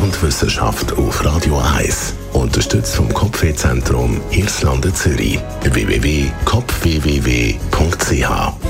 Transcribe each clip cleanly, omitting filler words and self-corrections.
und Wissenschaft auf Radio 1. Unterstützt vom Kopfwehzentrum Irlande Zürich. www.kopfwww.ch.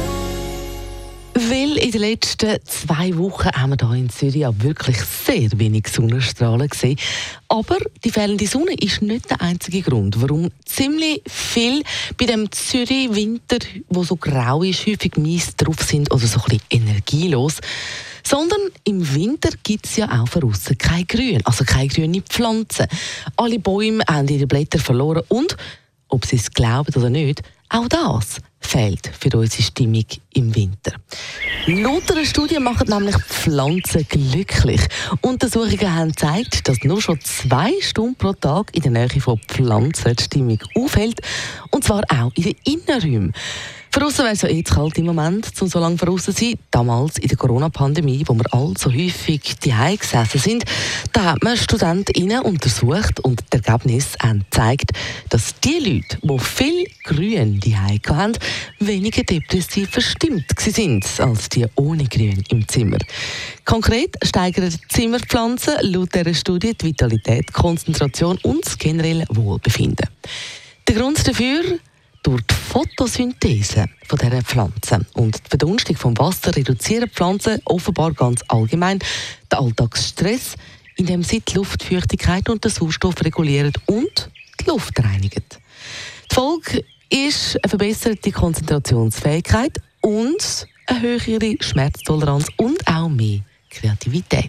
Weil in den letzten 2 Wochen haben wir hier in Zürich ja wirklich sehr wenig Sonnenstrahlen gesehen. Aber die fehlende Sonne ist nicht der einzige Grund, warum ziemlich viel bei dem Zürich-Winter, wo so grau ist, häufig mies drauf sind oder so ein bisschen energielos. Sondern im Winter gibt es ja auch von aussen kein Grün, also keine grüne Pflanzen. Alle Bäume haben ihre Blätter verloren und, ob Sie es glauben oder nicht, auch das fehlt für unsere Stimmung im Winter. Laut einer Studie machen nämlich Pflanzen glücklich. Untersuchungen haben gezeigt, dass nur schon 2 Stunden pro Tag in der Nähe von Pflanzen die Stimmung aufhält. Und zwar auch in den Innenräumen. Draussen wäre es ja zu kalt im Moment, um so lange draussen zu sein. Damals in der Corona-Pandemie, wo wir all so häufig zuhause gesessen sind, da hat man StudentInnen untersucht und die Ergebnisse haben gezeigt, dass die Leute, die viel Grün zuhause hatten, weniger depressiv verstimmt waren als die ohne Grün im Zimmer. Konkret steigern Zimmerpflanzen laut dieser Studie die Vitalität, die Konzentration und das generelle Wohlbefinden. Der Grund dafür: durch die Photosynthese von dieser Pflanzen und die Verdunstung vom Wasser reduzieren Pflanzen offenbar ganz allgemein den Alltagsstress, indem sie die Luftfeuchtigkeit und den Sauerstoff regulieren und die Luft reinigen. Die Folge ist eine verbesserte Konzentrationsfähigkeit und eine höhere Schmerztoleranz und auch mehr Kreativität.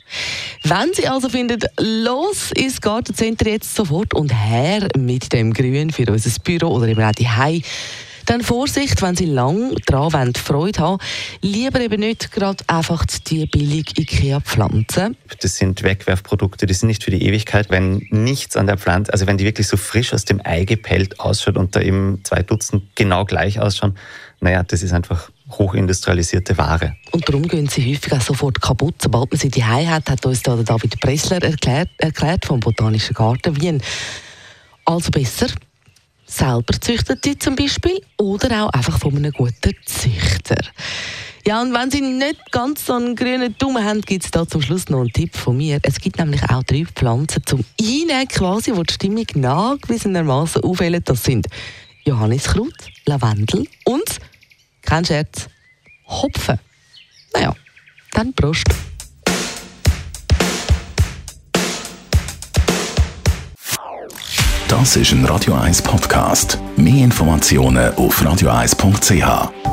Wenn Sie also finden, los ins Gartencenter jetzt sofort und her mit dem Grün für unser Büro oder eben auch die Hause, dann Vorsicht, wenn Sie lang daran Freude haben, lieber eben nicht gerade einfach die billige IKEA-Pflanzen. Das sind Wegwerfprodukte, die sind nicht für die Ewigkeit. Wenn nichts an der Pflanze, also wenn die wirklich so frisch aus dem Ei gepellt ausschaut und da eben 2 Dutzend genau gleich ausschauen, naja, das ist einfach hochindustrialisierte Ware. Und darum gehen sie häufig auch sofort kaputt. Sobald man sie daheim hat, hat uns da David Pressler erklärt vom Botanischen Garten Wien. Also besser selber züchten sie zum Beispiel oder auch einfach von einem guten Züchter. Ja, und wenn Sie nicht ganz so einen grünen Daumen haben, gibt es da zum Schluss noch einen Tipp von mir. Es gibt nämlich auch 3 Pflanzen zum Einnehmen quasi, die die Stimmung nachgewiesenermaßen aufhellen. Das sind Johanniskraut, Lavendel und, kein Scherz, Hopfen. Naja, dann Prost. Das ist ein Radio 1 Podcast. Mehr Informationen auf radio1.ch.